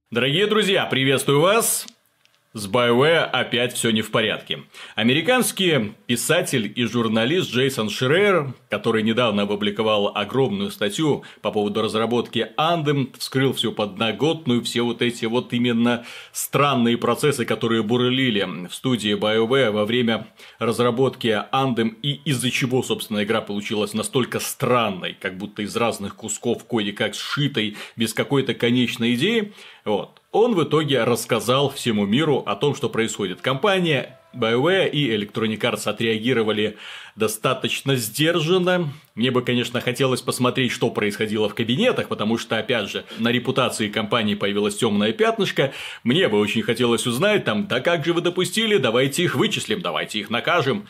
Дорогие друзья, приветствую вас! С BioWare опять все не в порядке. Американский писатель и журналист Джейсон Шрайер, который недавно опубликовал огромную статью по поводу разработки Anthem, вскрыл всю подноготную, все вот эти вот именно странные процессы, которые бурлили в студии BioWare во время разработки Anthem, и из-за чего, собственно, игра получилась настолько странной, как будто из разных кусков кое-как сшитой, без какой-то конечной идеи. Вот. Он в итоге рассказал всему миру о том, что происходит. Компания BioWare и Electronic Arts отреагировали достаточно сдержанно. Мне бы, конечно, хотелось посмотреть, что происходило в кабинетах, потому что, опять же, на репутации компании появилось темное пятнышко. Мне бы очень хотелось узнать, там, да как же вы допустили, давайте их вычислим, давайте их накажем.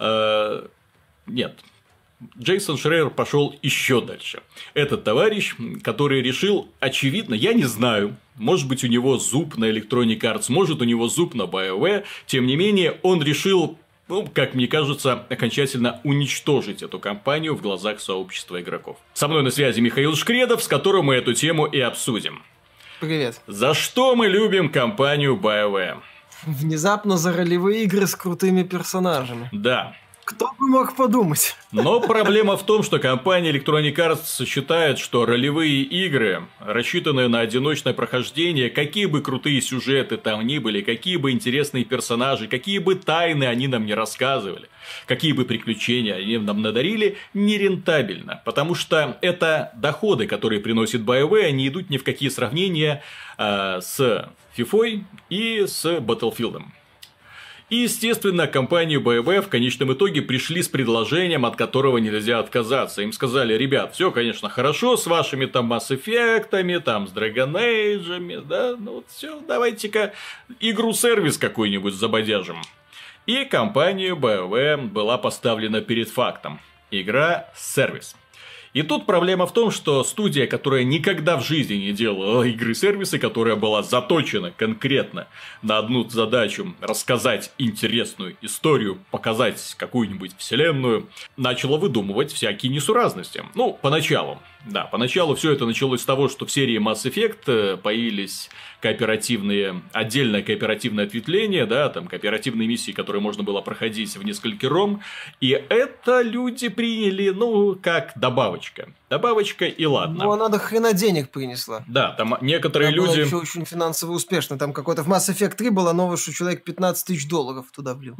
Нет. Джейсон Шрайер пошел еще дальше. Этот товарищ, который решил, очевидно, я не знаю, может быть, у него зуб на Electronic Arts, может, у него зуб на BioWare, тем не менее, он решил, как мне кажется, окончательно уничтожить эту компанию в глазах сообщества игроков. Со мной на связи Михаил Шкредов, с которым мы эту тему и обсудим. Привет. За что мы любим компанию BioWare? Внезапно за ролевые игры с крутыми персонажами. Да. Кто бы мог подумать? Но проблема в том, что компания Electronic Arts считает, что ролевые игры, рассчитанные на одиночное прохождение, какие бы крутые сюжеты там ни были, какие бы интересные персонажи, какие бы тайны они нам не рассказывали, какие бы приключения они нам надарили, нерентабельно. Потому что это доходы, которые приносит BioWare, не идут ни в какие сравнения с FIFA и с Battlefield. И, естественно, компанию BioWare в конечном итоге пришли с предложением, от которого нельзя отказаться. Им сказали: ребят, все, конечно, хорошо с вашими там Mass Effect'ами, там с Dragon Age'ами, да, ну вот все, давайте-ка игру-сервис какой-нибудь забодяжим. И компания BioWare была поставлена перед фактом: игра-сервис. И тут проблема в том, что студия, которая никогда в жизни не делала игры-сервисы, которая была заточена конкретно на одну задачу – рассказать интересную историю, показать какую-нибудь вселенную, начала выдумывать всякие несуразности. Ну, поначалу. Да, поначалу все это началось с того, что в серии Mass Effect появились отдельное кооперативное ответвление, да, там кооперативные миссии, которые можно было проходить в несколькером, и это люди приняли, как добавочка. Добавочка и ладно. Ну, она до хрена денег принесла. Да, там некоторые люди... Была еще очень финансово успешно. Там какой-то в Mass Effect 3 было новое, что человек 15 тысяч долларов туда влил.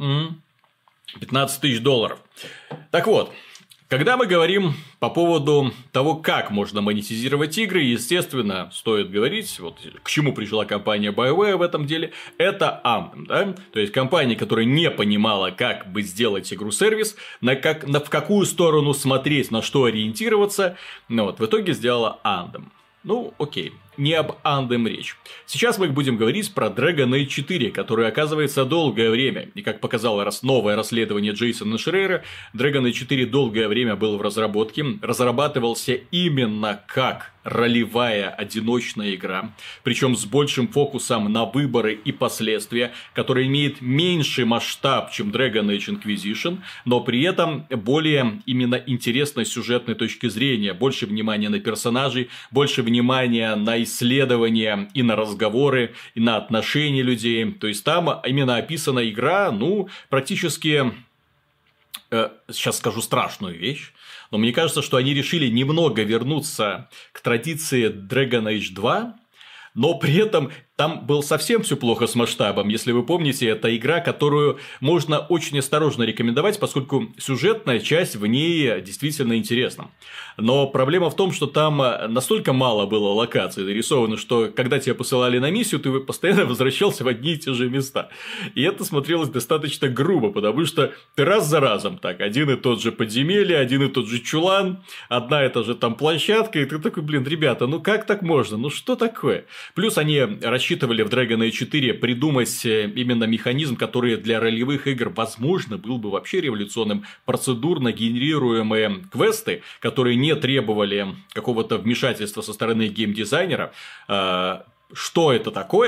15 тысяч долларов. Так вот. Когда мы говорим по поводу того, как можно монетизировать игры, естественно, стоит говорить, вот к чему пришла компания BioWare в этом деле, это Anthem, да? То есть, компания, которая не понимала, как бы сделать игру-сервис, в какую сторону смотреть, на что ориентироваться, в итоге сделала Anthem. Ну, окей, не об Anthem речь. Сейчас мы будем говорить про Dragon Age 4, который, оказывается, долгое время, и как показало новое расследование Джейсона Шрайера, Dragon Age 4 долгое время был в разработке, разрабатывался именно как ролевая одиночная игра, причем с большим фокусом на выборы и последствия, которая имеет меньший масштаб, чем Dragon Age Inquisition, но при этом более именно интересной сюжетной точки зрения, больше внимания на персонажей, больше внимания на исследования и на разговоры, и на отношения людей. То есть, там именно описана игра, практически, сейчас скажу страшную вещь, но мне кажется, что они решили немного вернуться к традиции Dragon Age 2, но при этом там было совсем все плохо с масштабом. Если вы помните, это игра, которую можно очень осторожно рекомендовать, поскольку сюжетная часть в ней действительно интересна. Но проблема в том, что там настолько мало было локаций нарисовано, что когда тебя посылали на миссию, ты постоянно возвращался в одни и те же места. И это смотрелось достаточно грубо, потому что ты раз за разом так, один и тот же подземелье, один и тот же чулан, одна и та же там площадка, и ты такой: ребята, как так можно, что такое? Плюс они рассчитывали в Dragon Age 4 придумать именно механизм, который для ролевых игр, возможно, был бы вообще революционным. Процедурно генерируемые квесты, которые не требовали какого-то вмешательства со стороны геймдизайнера. Что это такое?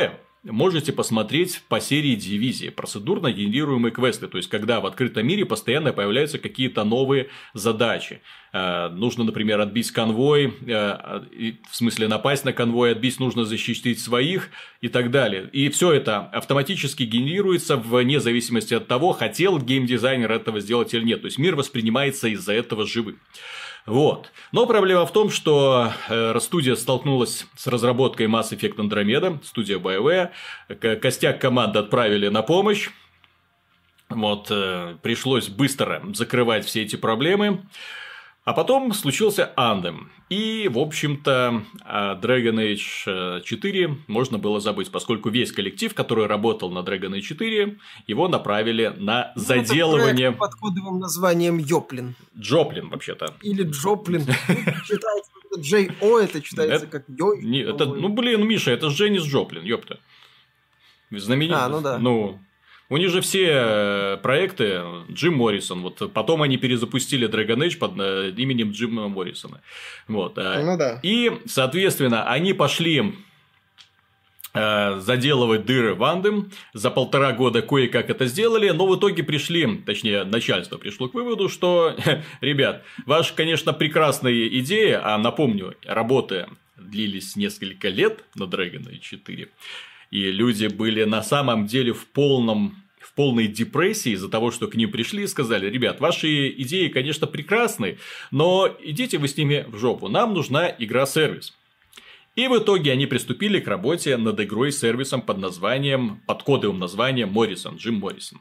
можете посмотреть по серии дивизии процедурно генерируемые квесты. То есть, когда в открытом мире постоянно появляются какие-то новые задачи. Нужно, например, отбить конвой, в смысле напасть на конвой, отбить нужно защитить своих и так далее. И все это автоматически генерируется вне зависимости от того, хотел геймдизайнер этого сделать или нет. То есть, мир воспринимается из-за этого живым. Вот. Но проблема в том, что студия столкнулась с разработкой Mass Effect Andromeda, студия BioWare, костяк команды отправили на помощь, вот, пришлось быстро закрывать все эти проблемы. А потом случился Anthem. И, в общем-то, Dragon Age 4 можно было забыть, поскольку весь коллектив, который работал на Dragon Age 4, его направили на заделывание... Это под кодовым названием Йоплин. Джоплин, вообще-то. Или Джоплин. Читается J-O, это читается как Йой. Ну, блин, Миша, это же Дженнис Джоплин, ёпта. Знаменитый. Ну да. Ну... У них же все проекты Джим Моррисон. Вот потом они перезапустили Dragon Age под именем Джима Моррисона. Вот. Ну да. И, соответственно, они пошли заделывать дыры в Anthem. За 1,5 года кое-как это сделали, но в итоге пришли, точнее, начальство пришло к выводу, что, ребят, ваша, конечно, прекрасная идея, а напомню, работы длились несколько лет на Dragon Age 4, и люди были на самом деле в полной депрессии из-за того, что к ним пришли и сказали: ребят, ваши идеи, конечно, прекрасны, но идите вы с ними в жопу, нам нужна игра-сервис. И в итоге они приступили к работе над игрой-сервисом под кодовым названием Моррисон, Джим Моррисон.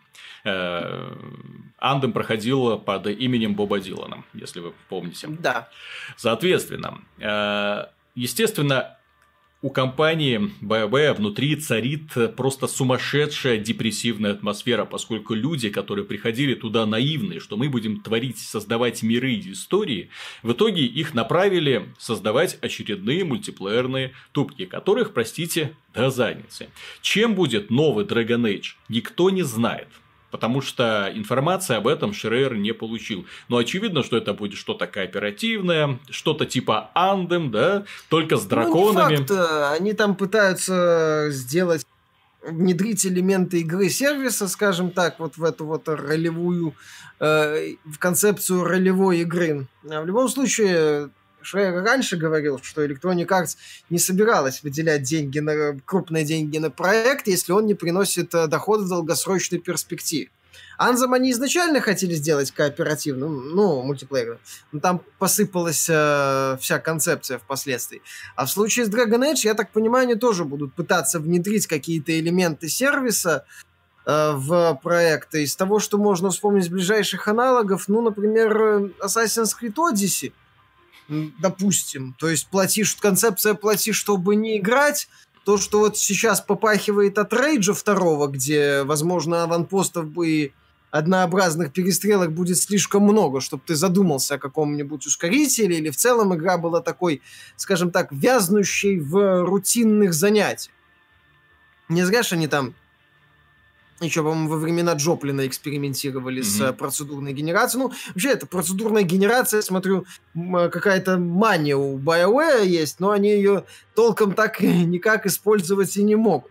Anthem проходил под именем Боба Дилана, если вы помните. Да. Соответственно, естественно, у компании BioWare внутри царит просто сумасшедшая депрессивная атмосфера, поскольку люди, которые приходили туда наивные, что мы будем творить, создавать миры и истории, в итоге их направили создавать очередные мультиплеерные тупки, которых, простите, до задницы. Чем будет новый Dragon Age, никто не знает. Потому что информации об этом Schreier не получил. Но очевидно, что это будет что-то кооперативное, что-то типа Anthem, да, только с драконами. Ну, не факт. Они там пытаются внедрить элементы игры-сервиса, скажем так, вот в эту вот ролевую, в концепцию ролевой игры. А в любом случае, Schreier раньше говорил, что Electronic Arts не собиралась выделять крупные деньги на проект, если он не приносит доход в долгосрочной перспективе. Anthem они изначально хотели сделать кооперативным, мультиплеерным, но там посыпалась вся концепция впоследствии. А в случае с Dragon Age, я так понимаю, они тоже будут пытаться внедрить какие-то элементы сервиса в проекты. Из того, что можно вспомнить ближайших аналогов, например, Assassin's Creed Odyssey, допустим. То есть концепция плати, чтобы не играть. То, что вот сейчас попахивает от Рейджа 2, где, возможно, аванпостов и однообразных перестрелок будет слишком много, чтобы ты задумался о каком-нибудь ускорителе, или в целом игра была такой, скажем так, вязнущей в рутинных занятиях. Не зря же они там еще, по-моему, во времена Джоплина экспериментировали с процедурной генерацией. Вообще, это процедурная генерация, смотрю, какая-то мания у BioWare есть, но они ее толком так никак использовать и не могут.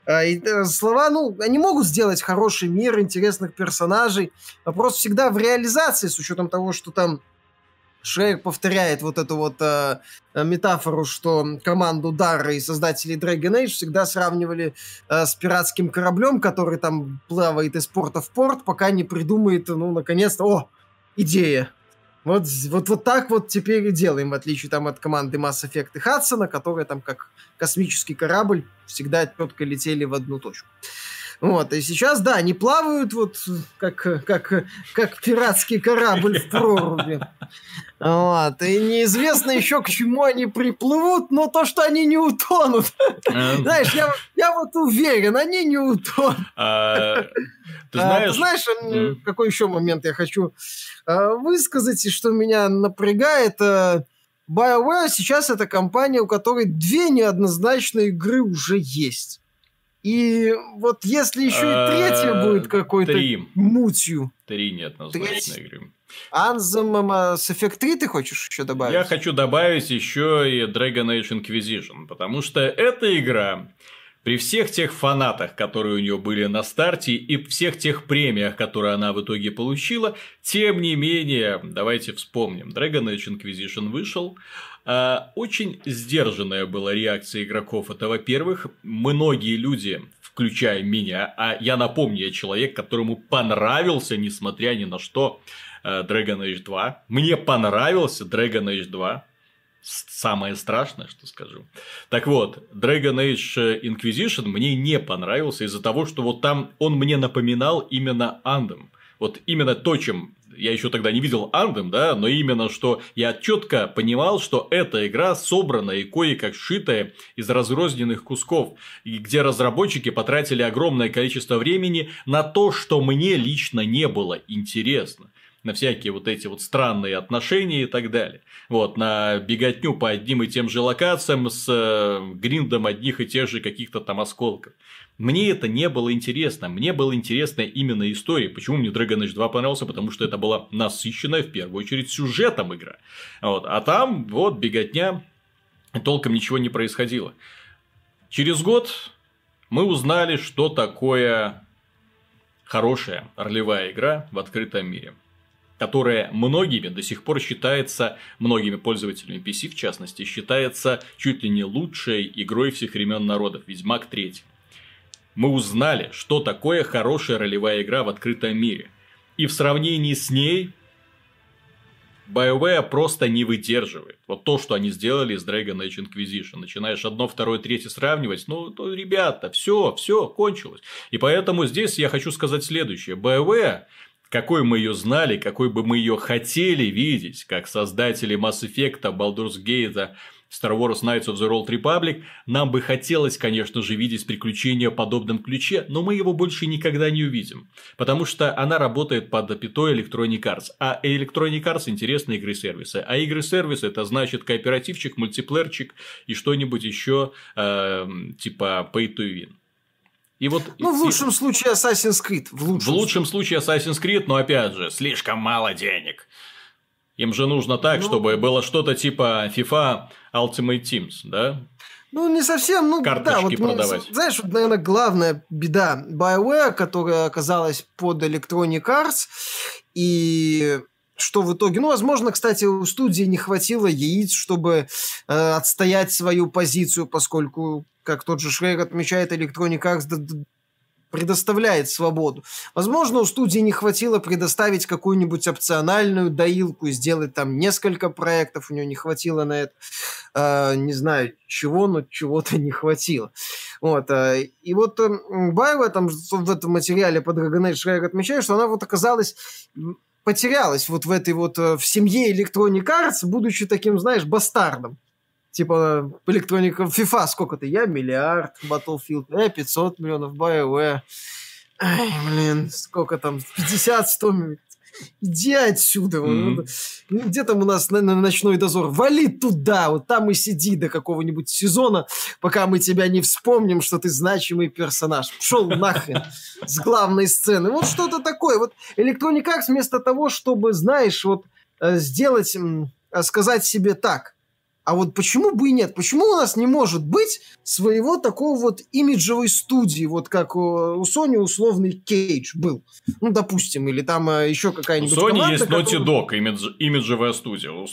Они могут сделать хороший мир, интересных персонажей. Вопрос всегда в реализации, с учетом того, что там Schreier повторяет вот эту вот метафору, что команду Дарра и создателей Dragon Age всегда сравнивали с пиратским кораблем, который там плавает из порта в порт, пока не придумает, наконец-то, идея. Вот так вот теперь и делаем, в отличие там от команды Mass Effect и Хадсона, которые там как космический корабль всегда четко летели в одну точку. Вот, и сейчас, да, они плавают вот как пиратский корабль в проруби. Вот, и неизвестно еще, к чему они приплывут, но то, что они не утонут. Знаешь, я вот уверен, они не утонут. Ты знаешь, какой еще момент я хочу высказать, и что меня напрягает? BioWare сейчас это компания, у которой 2 неоднозначные игры уже есть. И вот если еще и 3 будет какой-то мутью. 3 неоднозначные игры. Anthem, Mass Effect 3 ты хочешь еще добавить? Я хочу добавить еще и Dragon Age Inquisition, потому что эта игра При всех тех фанатах, которые у нее были на старте, и всех тех премиях, которые она в итоге получила, тем не менее, давайте вспомним, Dragon Age Inquisition вышел, очень сдержанная была реакция игроков. Это, во-первых, многие люди, включая меня, а я напомню, я человек, которому понравился, несмотря ни на что, Dragon Age 2. Мне понравился Dragon Age 2. Самое страшное, что скажу. Так вот, Dragon Age Inquisition мне не понравился из-за того, что вот там он мне напоминал именно Anthem. Вот именно то, чем я еще тогда не видел Anthem, да, но именно что я четко понимал, что эта игра собрана и кое-как сшитая из разрозненных кусков, и где разработчики потратили огромное количество времени на то, что мне лично не было интересно. На всякие вот эти вот странные отношения и так далее. Вот, на беготню по одним и тем же локациям с гриндом одних и тех же каких-то там осколков. Мне это не было интересно. Мне была интересна именно история. Почему мне Dragon Age 2 понравился? Потому что это была насыщенная, в первую очередь, сюжетом игра. Вот. А там вот беготня, толком ничего не происходило. Через год мы узнали, что такое хорошая ролевая игра в открытом мире, которая многими до сих пор считается, многими пользователями PC в частности, считается чуть ли не лучшей игрой всех времен народов, Ведьмак 3. Мы узнали, что такое хорошая ролевая игра в открытом мире. И в сравнении с ней BioWare просто не выдерживает. Вот то, что они сделали с Dragon Age Inquisition. Начинаешь 1, 2, 3 сравнивать, ну, ребята, все, кончилось. И поэтому здесь я хочу сказать следующее. BioWare, какой мы ее знали, какой бы мы ее хотели видеть, как создатели Mass Effect, Baldur's Gate, Star Wars Knights of the Old Republic, нам бы хотелось, конечно же, видеть приключения в подобном ключе, но мы его больше никогда не увидим, потому что она работает под апитой Electronic Arts, а Electronic Arts интересны игры-сервисы, а игры-сервисы это значит кооперативчик, мультиплеерчик и что-нибудь еще типа Pay to Win. И вот в лучшем случае Assassin's Creed. В лучшем случае Assassin's Creed, но опять же, слишком мало денег. Им же нужно так, чтобы было что-то типа FIFA Ultimate Teams, да? Ну, не совсем, карточки продавать. Знаешь, вот, наверное, главная беда BioWare, которая оказалась под Electronic Arts, и что в итоге... возможно, кстати, у студии не хватило яиц, чтобы отстоять свою позицию, поскольку, как тот же Шрейер отмечает, Electronic Arts предоставляет свободу. Возможно, у студии не хватило предоставить какую-нибудь опциональную доилку и сделать там несколько проектов, у нее не хватило на это, не знаю чего, но чего-то не хватило. Вот, и вот BioWare там в этом материале по Dragon Age Schreier отмечает, что она вот оказалась, потерялась вот в этой вот в семье Electronic Arts, будучи таким, знаешь, бастардом. Типа Electronic FIFA сколько-то? Я миллиард, Battlefield, 500 миллионов, BioWare. Ай, блин, сколько там? 50-100 миллионов. Иди отсюда. Где там у нас ночной дозор? Вали туда, вот там и сиди до какого-нибудь сезона, пока мы тебя не вспомним, что ты значимый персонаж. Пшел нахрен с главной сцены. Вот что-то такое. Вот Electronic Arts вместо того, чтобы, знаешь, вот сделать, сказать себе так, а вот почему бы и нет? Почему у нас не может быть своего такого вот имиджевой студии, вот как у Sony условный Кейдж был? Ну, допустим, или там еще какая-нибудь команда. У Sony есть Naughty Dog, имиджевая студия. У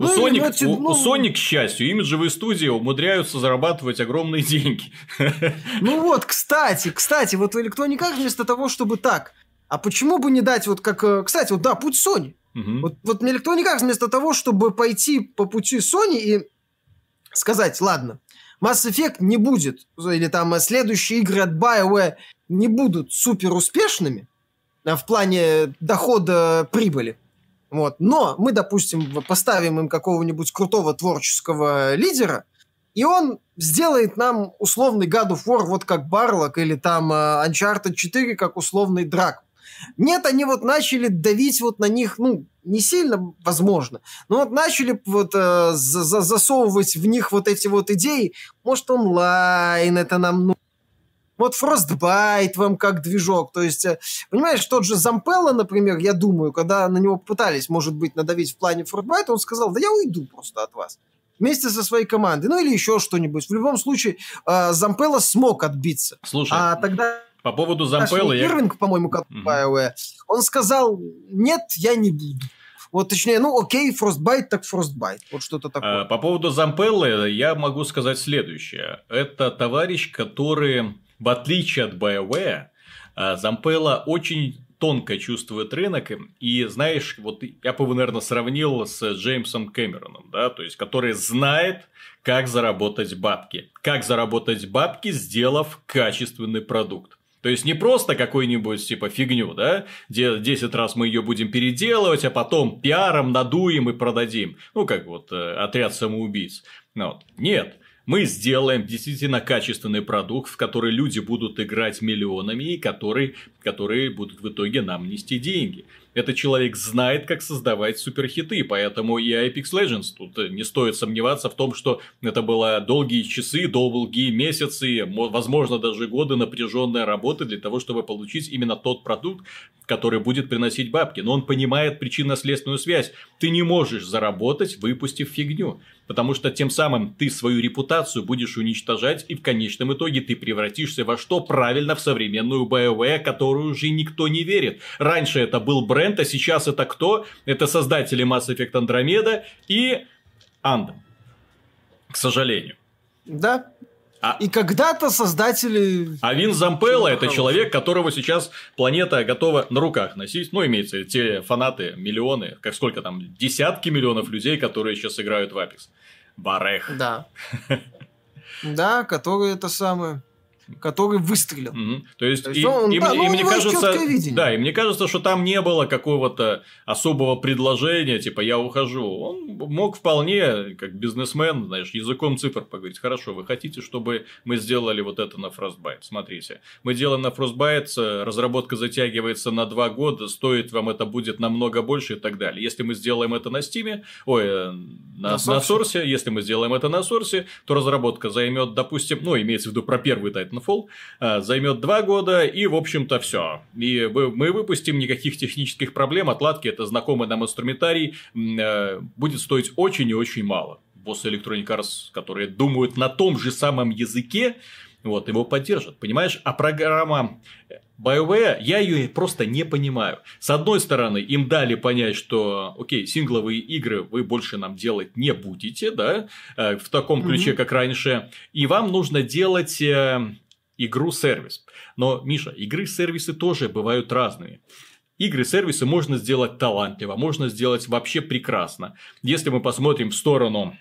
Sony, к счастью, имиджевые студии умудряются зарабатывать огромные деньги. Ну вот, кстати, вот в Electronic Arts вместо того, чтобы так, а почему бы не дать вот как... Кстати, вот да, путь Sony. Вот Electronic Arts вместо того, чтобы пойти по пути Sony и сказать, ладно, Mass Effect не будет, или там следующие игры от BioWare не будут супер успешными в плане дохода прибыли, вот, но мы, допустим, поставим им какого-нибудь крутого творческого лидера, и он сделает нам условный God of War вот как Barlock, или там Uncharted 4 как условный Драк. Нет, они вот начали давить вот на них, не сильно, возможно, но вот начали вот засовывать в них вот эти вот идеи. Может, онлайн это нам вот Frostbite вам как движок. То есть, понимаешь, тот же Зампелло, например, я думаю, когда на него пытались, может быть, надавить в плане Frostbite, он сказал, да я уйду просто от вас. вместе со своей командой. Ну, или еще что-нибудь. В любом случае, Зампелло смог отбиться. Слушай, а тогда... по поводу Зампелло... Ирвинг, по-моему, как BioWare, он сказал, нет, я не буду. Вот, точнее, окей, Frostbite, так Frostbite. Вот что-то такое. По поводу Зампелло я могу сказать следующее. Это товарищ, который, в отличие от BioWare, Зампелло очень тонко чувствует рынок. И, знаешь, вот я бы его, наверное, сравнил с Джеймсом Кэмероном, да, то есть, который знает, как заработать бабки. Как заработать бабки, сделав качественный продукт. То есть, не просто какой-нибудь, типа, фигню, да, где 10 раз мы ее будем переделывать, а потом пиаром надуем и продадим. Ну, как вот отряд самоубийц. Нет. Мы сделаем действительно качественный продукт, в который люди будут играть миллионами и которые будут в итоге нам нести деньги. Этот человек знает, как создавать суперхиты, поэтому и Apex Legends тут не стоит сомневаться в том, что это было долгие часы, долгие месяцы, возможно, даже годы напряженной работы для того, чтобы получить именно тот продукт, который будет приносить бабки. Но он понимает причинно-следственную связь. Ты не можешь заработать, выпустив фигню. Потому что тем самым ты свою репутацию будешь уничтожать, и в конечном итоге ты превратишься во что? Правильно, в современную BioWare, которую уже никто не верит. Раньше это был бренд, а сейчас это кто? Это создатели Mass Effect Andromeda и Anthem. К сожалению. Да. И когда-то создатели... А Винс Зампелло – это человек, которого сейчас планета готова на руках носить. Ну, имеется те фанаты, миллионы, как сколько там, десятки миллионов людей, которые сейчас играют в Apex. Барех. Да. Да, который это самое... который выстрелил. То есть мне кажется, да, и мне кажется, что там не было какого-то особого предложения, типа я ухожу. Он мог вполне, как бизнесмен, знаешь, языком цифр поговорить. Хорошо, вы хотите, чтобы мы сделали вот это на Frostbite? Смотрите, мы делаем на Frostbite, разработка затягивается на 2 года, стоит вам это будет намного больше и так далее. Если мы сделаем это на Steam, на Source, если мы сделаем это на Source, то разработка займет, допустим, имеется в виду про первый Titanfall, займет 2 года, и, в общем-то, все. И мы выпустим, никаких технических проблем, отладки, это знакомый нам инструментарий, будет стоить очень и очень мало. Боссы Electronic Arts, которые думают на том же самом языке, его поддержат. Понимаешь? А программа BioWare, я ее просто не понимаю. С одной стороны, им дали понять, что, окей, сингловые игры вы больше нам делать не будете, да, в таком ключе, как раньше, и вам нужно делать игру-сервис. Но, Миша, игры-сервисы тоже бывают разными. Игры-сервисы можно сделать талантливо, можно сделать вообще прекрасно. Если мы посмотрим в сторону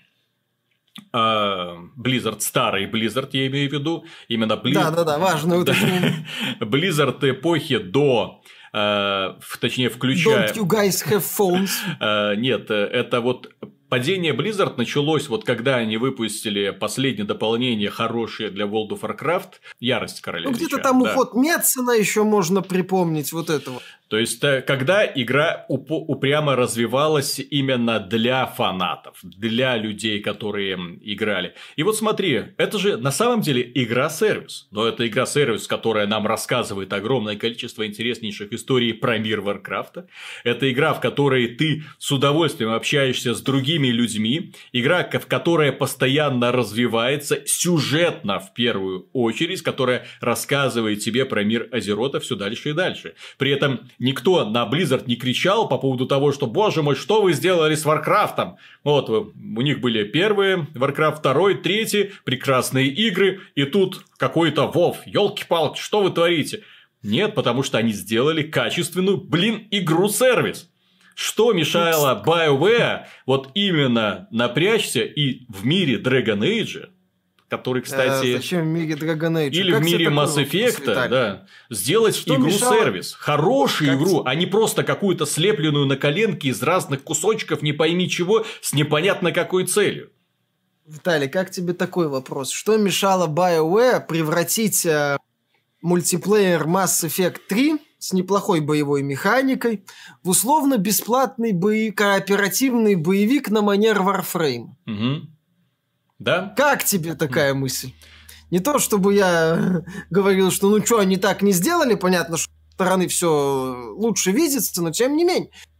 Blizzard, старый Blizzard, я имею в виду, именно Blizzard. Да, важно уточнение. Blizzard эпохи до, точнее, включая... Don't you guys have phones? Нет, это вот... Падение Blizzard началось когда они выпустили последнее дополнение хорошее для World of Warcraft «Ярость короля меча». Где-то там уход Метсена еще можно припомнить вот этого. То есть, когда игра упрямо развивалась именно для фанатов, для людей, которые играли. И вот смотри, это же на самом деле игра-сервис. Но это игра-сервис, которая нам рассказывает огромное количество интереснейших историй про мир Варкрафта. Это игра, в которой ты с удовольствием общаешься с другими людьми. Игра, которая постоянно развивается, сюжетно в первую очередь, которая рассказывает тебе про мир Азерота все дальше и дальше. При этом никто на Blizzard не кричал по поводу того, что, боже мой, что вы сделали с Варкрафтом? У них были первые, Warcraft 2, 3, прекрасные игры, и тут какой-то WoW, елки-палки, что вы творите? Нет, потому что они сделали качественную, игру-сервис. Что мешало BioWare именно напрячься и в мире Dragon Age, который, кстати... Зачем в мире Dragon Age? Или в мире Mass Effect, да, сделать игру-сервис. Хорошую игру, а не просто какую-то слепленную на коленке из разных кусочков, не пойми чего, с непонятно какой целью. Виталий, как тебе такой вопрос? Что мешало BioWare превратить мультиплеер Mass Effect 3 с неплохой боевой механикой в условно-бесплатный кооперативный боевик на манер Warframe? Угу. Да? Как тебе такая мысль? Не то, чтобы я говорил, что они так не сделали, понятно, что со стороны все лучше видится, но тем не менее.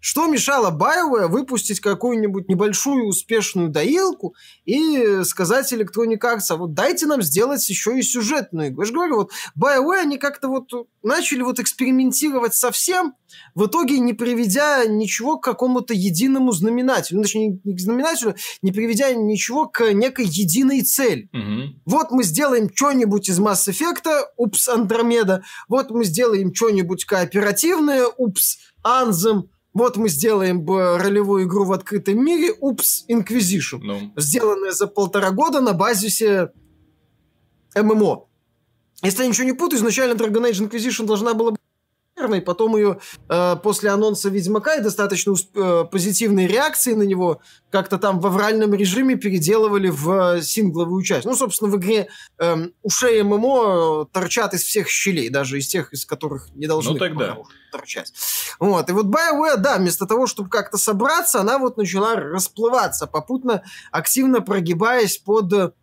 Что мешало BioWare выпустить какую-нибудь небольшую успешную доилку и сказать Electronic Arts, а вот дайте нам сделать еще и сюжетную игру. Я же говорю, вот BioWare, они как-то вот начали вот экспериментировать со всем, в итоге не приведя ничего к какому-то единому знаменателю. Ну, точнее, не к знаменателю, не приведя ничего к некой единой цели. Вот мы сделаем что-нибудь из Mass Effect, упс, Андромеда. Вот мы сделаем что-нибудь кооперативное, упс, Anthem. Вот мы сделаем ролевую игру в открытом мире, упс, Inquisition, сделанная за 1,5 года на базисе ММО. Если я ничего не путаю, изначально Dragon Age Inquisition должна была быть и потом ее после анонса Ведьмака и достаточно позитивной реакции на него как-то там в авральном режиме переделывали в сингловую часть. Ну, собственно, в игре ушей ММО торчат из всех щелей, даже из тех, из которых не должны торчать. Вот. И вот BioWare, да, вместо того, чтобы как-то собраться, она вот начала расплываться, попутно активно прогибаясь под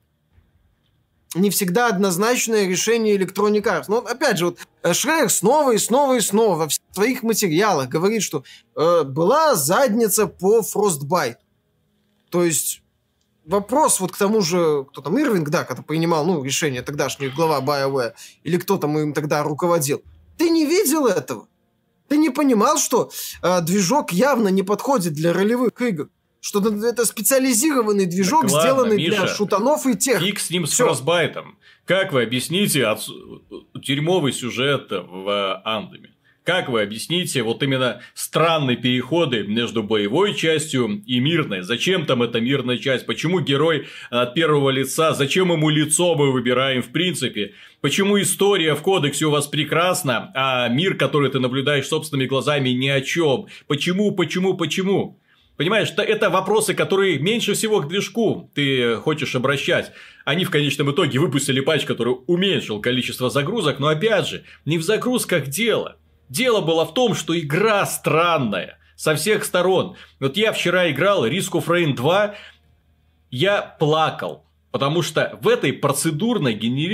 не всегда однозначное решение Electronic Arts. Но, опять же, вот Шрейер снова и снова и снова во всех своих материалах говорит, что была задница по Frostbite. То есть вопрос вот к тому же, кто там, Ирвинг, да, когда принимал решение, тогдашний глава BioWare, или кто там им тогда руководил. Ты не видел этого? Ты не понимал, что движок явно не подходит для ролевых игр? Что это специализированный движок, ладно, сделанный Миша, для шутанов и тех. Фиг с ним с Frostbite'ом. Как вы объясните дерьмовый сюжет в Андеме? Как вы объясните вот именно странные переходы между боевой частью и мирной? Зачем там эта мирная часть? Почему герой от первого лица? Зачем ему лицо мы выбираем в принципе? Почему история в кодексе у вас прекрасна, а мир, который ты наблюдаешь собственными глазами, ни о чем? Почему? Понимаешь, это вопросы, которые меньше всего к движку ты хочешь обращать. Они в конечном итоге выпустили патч, который уменьшил количество загрузок, но опять же, не в загрузках дело. Дело было в том, что игра странная со всех сторон. Вот я вчера играл Risk of Rain 2, я плакал, потому что в этом процедурно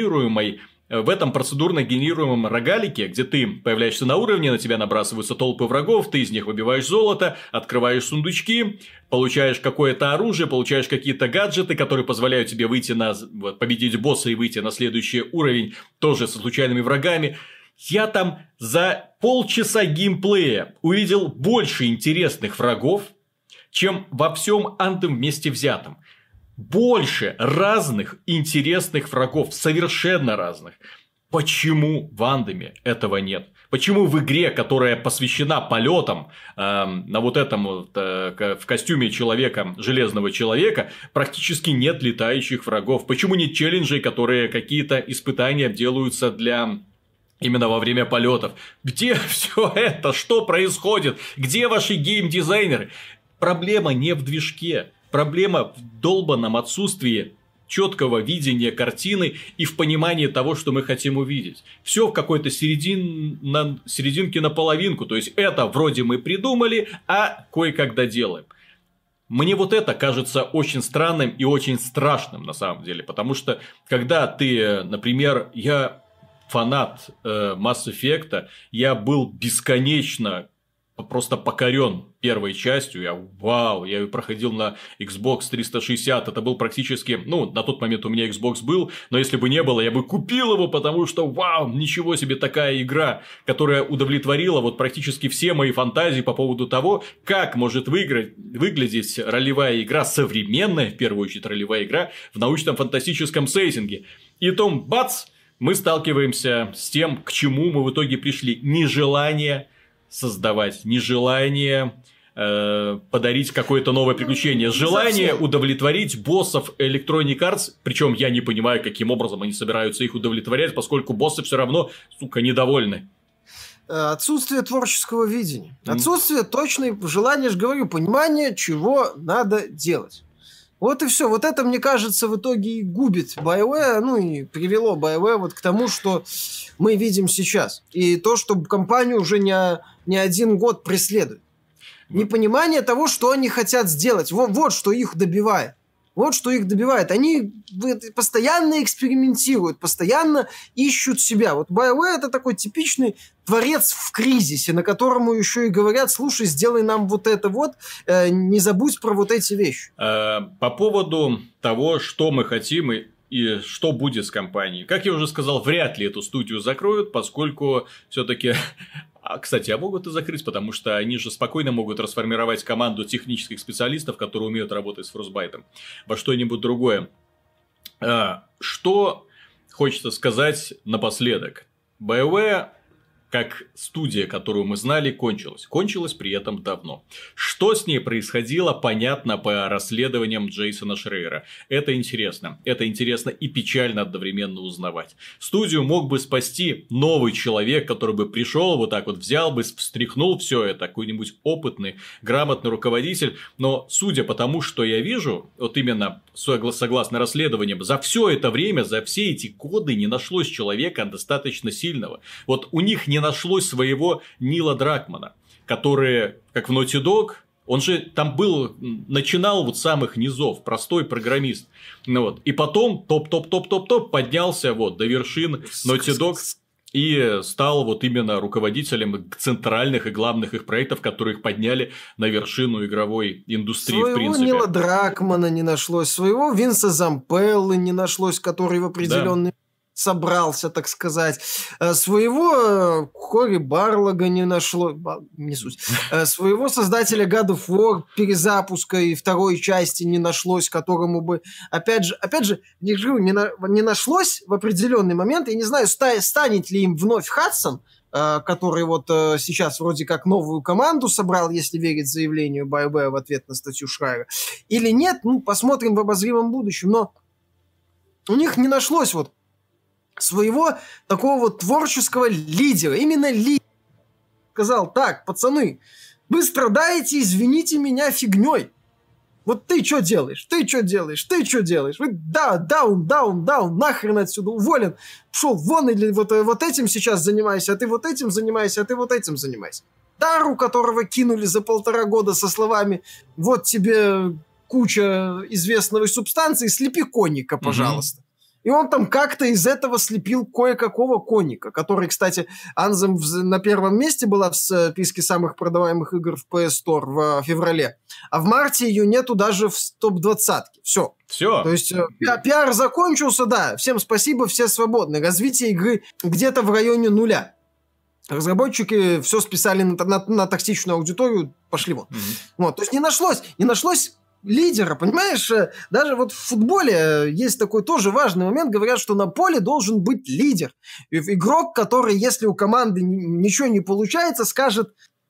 генерируемом рогалике, где ты появляешься на уровне, на тебя набрасываются толпы врагов, ты из них выбиваешь золото, открываешь сундучки, получаешь какое-то оружие, получаешь какие-то гаджеты, которые позволяют тебе победить босса и выйти на следующий уровень, тоже со случайными врагами. Я там за полчаса геймплея увидел больше интересных врагов, чем во всем Anthem вместе взятом. Больше разных интересных врагов, совершенно разных. Почему в Андеме этого нет? Почему в игре, которая посвящена полетам на вот этом в костюме железного человека, практически нет летающих врагов? Почему нет челленджей, которые какие-то испытания делаются именно во время полетов? Где все это? Что происходит? Где ваши геймдизайнеры? Проблема не в движке. Проблема в долбанном отсутствии четкого видения картины и в понимании того, что мы хотим увидеть. Все в какой-то серединке на половинку. То есть, это вроде мы придумали, а кое-когда делаем. Мне вот это кажется очень странным и очень страшным на самом деле. Потому что, когда ты, например, я фанат Mass Effect, я был бесконечно просто покорен первой частью. Я ее проходил на Xbox 360. Это был практически... на тот момент у меня Xbox был, но если бы не было, я бы купил его, потому что, ничего себе такая игра, которая удовлетворила практически все мои фантазии по поводу того, как может выглядеть ролевая игра, современная, в первую очередь, ролевая игра в научно-фантастическом сеттинге. И потом, бац, мы сталкиваемся с тем, к чему мы в итоге пришли. Нежелание создавать, нежелание подарить какое-то новое приключение, желание удовлетворить боссов Electronic Arts, причем я не понимаю, каким образом они собираются их удовлетворять, поскольку боссы все равно, недовольны. Отсутствие творческого видения, отсутствие точной желания, понимания, чего надо делать. Вот и все. Вот это, мне кажется, в итоге и губит BioWare, и привело BioWare к тому, что мы видим сейчас. И то, что компанию уже не один год преследует. Непонимание того, что они хотят сделать. Вот что их добивает. Вот что их добивает. Они постоянно экспериментируют, постоянно ищут себя. Вот BioWare — это такой типичный творец в кризисе, на которому еще и говорят: слушай, сделай нам вот это вот, не забудь про вот эти вещи. По поводу того, что мы хотим и что будет с компанией. Как я уже сказал, вряд ли эту студию закроют, поскольку все-таки... Кстати, а могут и закрыть, потому что они же спокойно могут расформировать команду технических специалистов, которые умеют работать с Frostbite, во что-нибудь другое. Что хочется сказать напоследок. BioWare, как студия, которую мы знали, кончилась. Кончилась при этом давно. Что с ней происходило, понятно по расследованиям Джейсона Шрейера. Это интересно. Это интересно и печально одновременно узнавать. Студию мог бы спасти новый человек, который бы пришел, вот так вот взял бы, встряхнул все это, какой-нибудь опытный, грамотный руководитель. Но судя по тому, что я вижу, вот именно согласно расследованиям, за все это время, за все эти годы не нашлось человека достаточно сильного. Вот у них не нашлось своего Нила Дракмана, который, как в Naughty Dog, он же там был, начинал вот с самых низов, простой программист. Ну вот. И потом топ-топ-топ-топ-топ поднялся вот до вершин Naughty Dog и стал вот именно руководителем центральных и главных их проектов, которые их подняли на вершину игровой индустрии, своего в принципе. Нила Дракмана не нашлось, своего Винса Зампеллы не нашлось, который в определенный собрался, так сказать. Своего Кори Барлога не нашло. Не суть. Своего создателя God of War перезапуска и второй части не нашлось, которому бы... Опять же, не нашлось в определенный момент. Я не знаю, станет ли им вновь Хадсон, который вот сейчас вроде как новую команду собрал, если верить заявлению BioWare в ответ на статью Шрайера. Или нет, ну, посмотрим в обозримом будущем. Но у них не нашлось вот своего такого вот творческого лидера. Именно лидер сказал: так, пацаны, вы страдаете, извините меня, фигней. Вот ты что делаешь? Ты что делаешь? Ты что делаешь? Вы даун, нахрен отсюда, уволен. Пошел вон, или вот этим сейчас занимайся, а ты вот этим занимайся, а ты вот этим занимайся. Тару, которого кинули за 1,5 года со словами: вот тебе куча известной субстанции, слепи конника, пожалуйста. И он там как-то из этого слепил кое-какого конника, который, кстати, Anthem на первом месте была в списке самых продаваемых игр в PS Store в феврале. А в марте ее нету даже в топ-20. Все. То есть пиар закончился, да. Всем спасибо, все свободны. Развитие игры где-то в районе нуля. Разработчики все списали на токсичную аудиторию, пошли вон. Вот. То есть не нашлось лидера, понимаешь? Даже вот в футболе есть такой тоже важный момент. Говорят, что на поле должен быть лидер. Игрок, который, если у команды ничего не получается, скажет: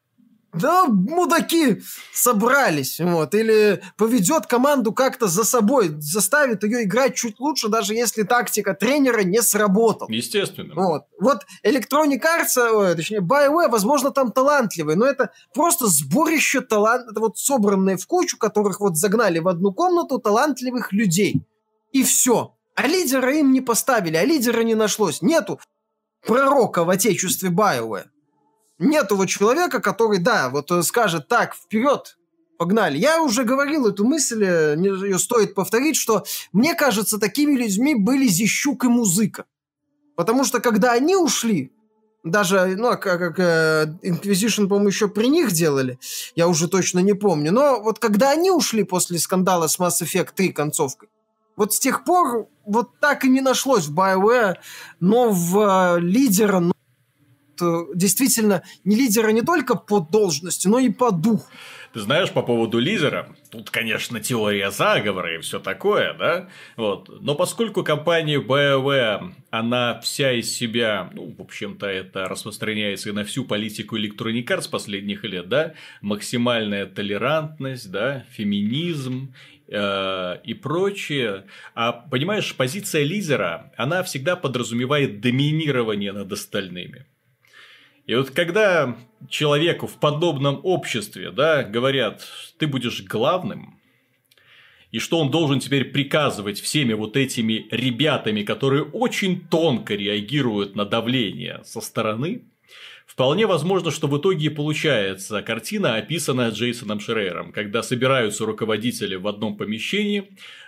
да, мудаки, собрались. Вот. Или поведет команду как-то за собой, заставит ее играть чуть лучше, даже если тактика тренера не сработала. Естественно. Вот Electronic Arts, точнее BioWare, возможно, там талантливые, но это просто сборище талантов, это вот собранные в кучу, которых вот загнали в одну комнату талантливых людей. И все. А лидера им не поставили, а лидера не нашлось. Нету пророка в отечестве BioWare. Нету вот человека, который, да, вот скажет: так, вперед, погнали. Я уже говорил эту мысль, ее стоит повторить, что мне кажется, такими людьми были Зищук и Музыка. Потому что когда они ушли, даже, ну, как Inquisition, по-моему, еще при них делали, я уже точно не помню, но вот когда они ушли после скандала с Mass Effect 3 концовкой, вот с тех пор вот так и не нашлось в BioWare нового лидера, действительно не лидера не только по должности, но и по духу. Ты знаешь, по поводу лидера, тут, конечно, теория заговора и все такое, да? Вот. Но поскольку компания BioWare, она вся из себя, ну, в общем-то, это распространяется и на всю политику Electronic Arts последних лет, да? Максимальная толерантность, да? Феминизм и прочее. А, понимаешь, позиция лидера, она всегда подразумевает доминирование над остальными. И вот когда человеку в подобном обществе, да, говорят: ты будешь главным, и что он должен теперь приказывать всеми вот этими ребятами, которые очень тонко реагируют на давление со стороны, вполне возможно, что в итоге и получается картина, описанная Джейсоном Шрейером, когда собираются руководители в одном помещении,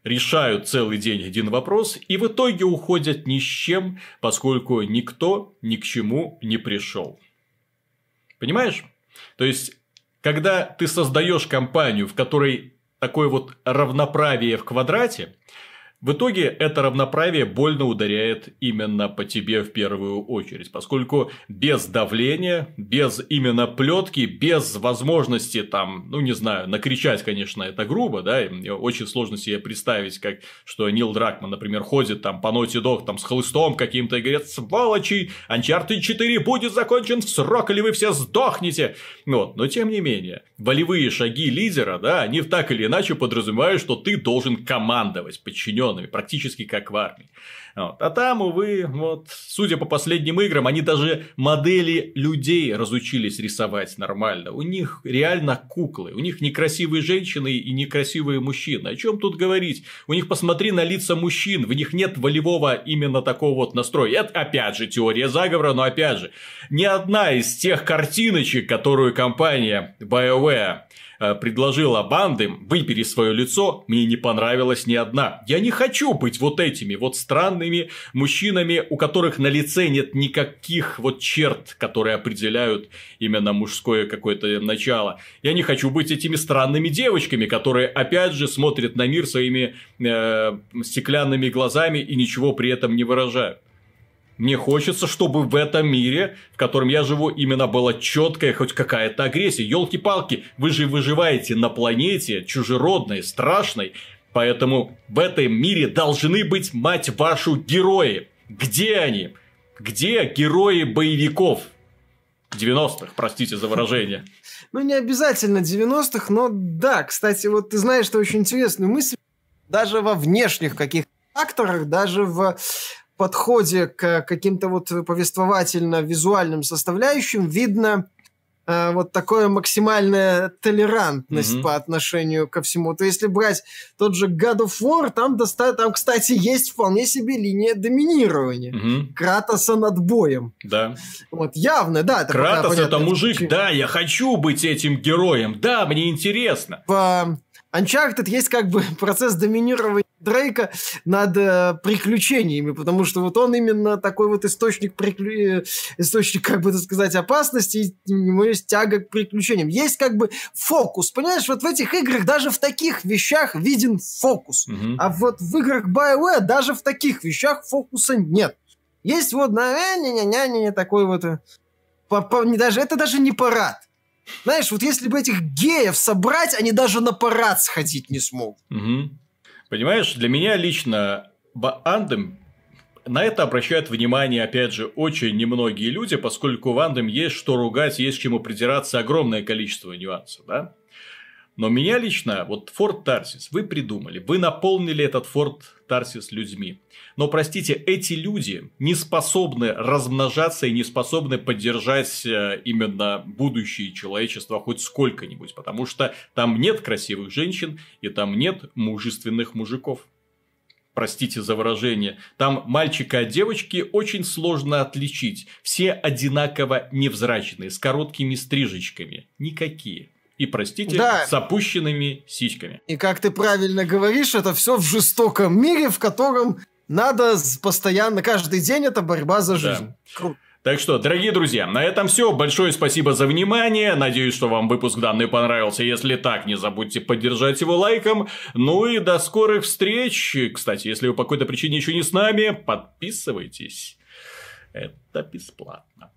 решают целый день один вопрос и в итоге уходят ни с чем, поскольку никто ни к чему не пришел. Понимаешь? То есть, когда ты создаешь компанию, в которой такое вот равноправие в квадрате, в итоге это равноправие больно ударяет именно по тебе в первую очередь, поскольку без давления, без именно плетки, без возможности там, ну не знаю, накричать, конечно, это грубо, да, и мне очень сложно себе представить, как, что Нил Дракман, например, ходит там по Naughty Dog там с хлыстом каким-то и говорит: сволочи, Uncharted 4 будет закончен в срок, или вы все сдохнете. Вот. Но тем не менее, волевые шаги лидера, да, они так или иначе подразумевают, что ты должен командовать подчиненными, практически как в армии. Вот. А там, увы, вот, судя по последним играм, они даже модели людей разучились рисовать нормально. У них реально куклы, у них некрасивые женщины и некрасивые мужчины. О чем тут говорить? У них посмотри на лица мужчин, в них нет волевого именно такого вот настроя. Это опять же теория заговора, но опять же, ни одна из тех картиночек, которую компания BioWare предложила бандам: выбери свое лицо, мне не понравилась ни одна. Я не хочу быть вот этими вот странными мужчинами, у которых на лице нет никаких вот черт, которые определяют именно мужское какое-то начало. Я не хочу быть этими странными девочками, которые опять же смотрят на мир своими стеклянными глазами и ничего при этом не выражают. Мне хочется, чтобы в этом мире, в котором я живу, именно была четкая хоть какая-то агрессия. Ёлки-палки, вы же выживаете на планете чужеродной, страшной. Поэтому в этом мире должны быть, мать вашу, герои. Где они? Где герои боевиков? 90-х, простите за выражение. Ну, не обязательно 90-х, но да. Кстати, вот ты знаешь, что очень интересную мысль. Даже во внешних каких-то факторах, даже в подходе к каким-то вот повествовательно-визуальным составляющим видно вот такая максимальная толерантность по отношению ко всему. То если брать тот же God of War, там, кстати, есть вполне себе линия доминирования Кратоса над боем. Да. Вот, явно, да. Это Кратос это мужик, причина. Да, я хочу быть этим героем, да, мне интересно. В Uncharted есть как бы процесс доминирования Дрейка над приключениями, потому что вот он именно такой вот источник, как бы так сказать, опасности, и у него есть тяга к приключениям. Есть как бы фокус, понимаешь, вот в этих играх даже в таких вещах виден фокус, а вот в играх BioWare даже в таких вещах фокуса нет. Есть вот такой вот, это даже не парад. Знаешь, вот если бы этих геев собрать, они даже на парад сходить не смогут. Понимаешь, для меня лично Anthem на это обращают внимание, опять же, очень немногие люди, поскольку в Anthem есть что ругать, есть к чему придираться, огромное количество нюансов, да? Но меня лично, вот Форт Тарсис вы придумали, вы наполнили этот Форт Тарсис людьми. Но, простите, эти люди не способны размножаться и не способны поддержать именно будущее человечества хоть сколько-нибудь. Потому что там нет красивых женщин и там нет мужественных мужиков. Простите за выражение. Там мальчика от девочки очень сложно отличить. Все одинаково невзрачные, с короткими стрижечками. Никакие. И, простите, да, с опущенными сиськами. И как ты правильно говоришь, это все в жестоком мире, в котором надо постоянно, каждый день это борьба за жизнь. Да. Круто. Так что, дорогие друзья, на этом все. Большое спасибо за внимание. Надеюсь, что вам выпуск данный понравился. Если так, не забудьте поддержать его лайком. Ну и до скорых встреч. Кстати, если вы по какой-то причине еще не с нами, подписывайтесь. Это бесплатно.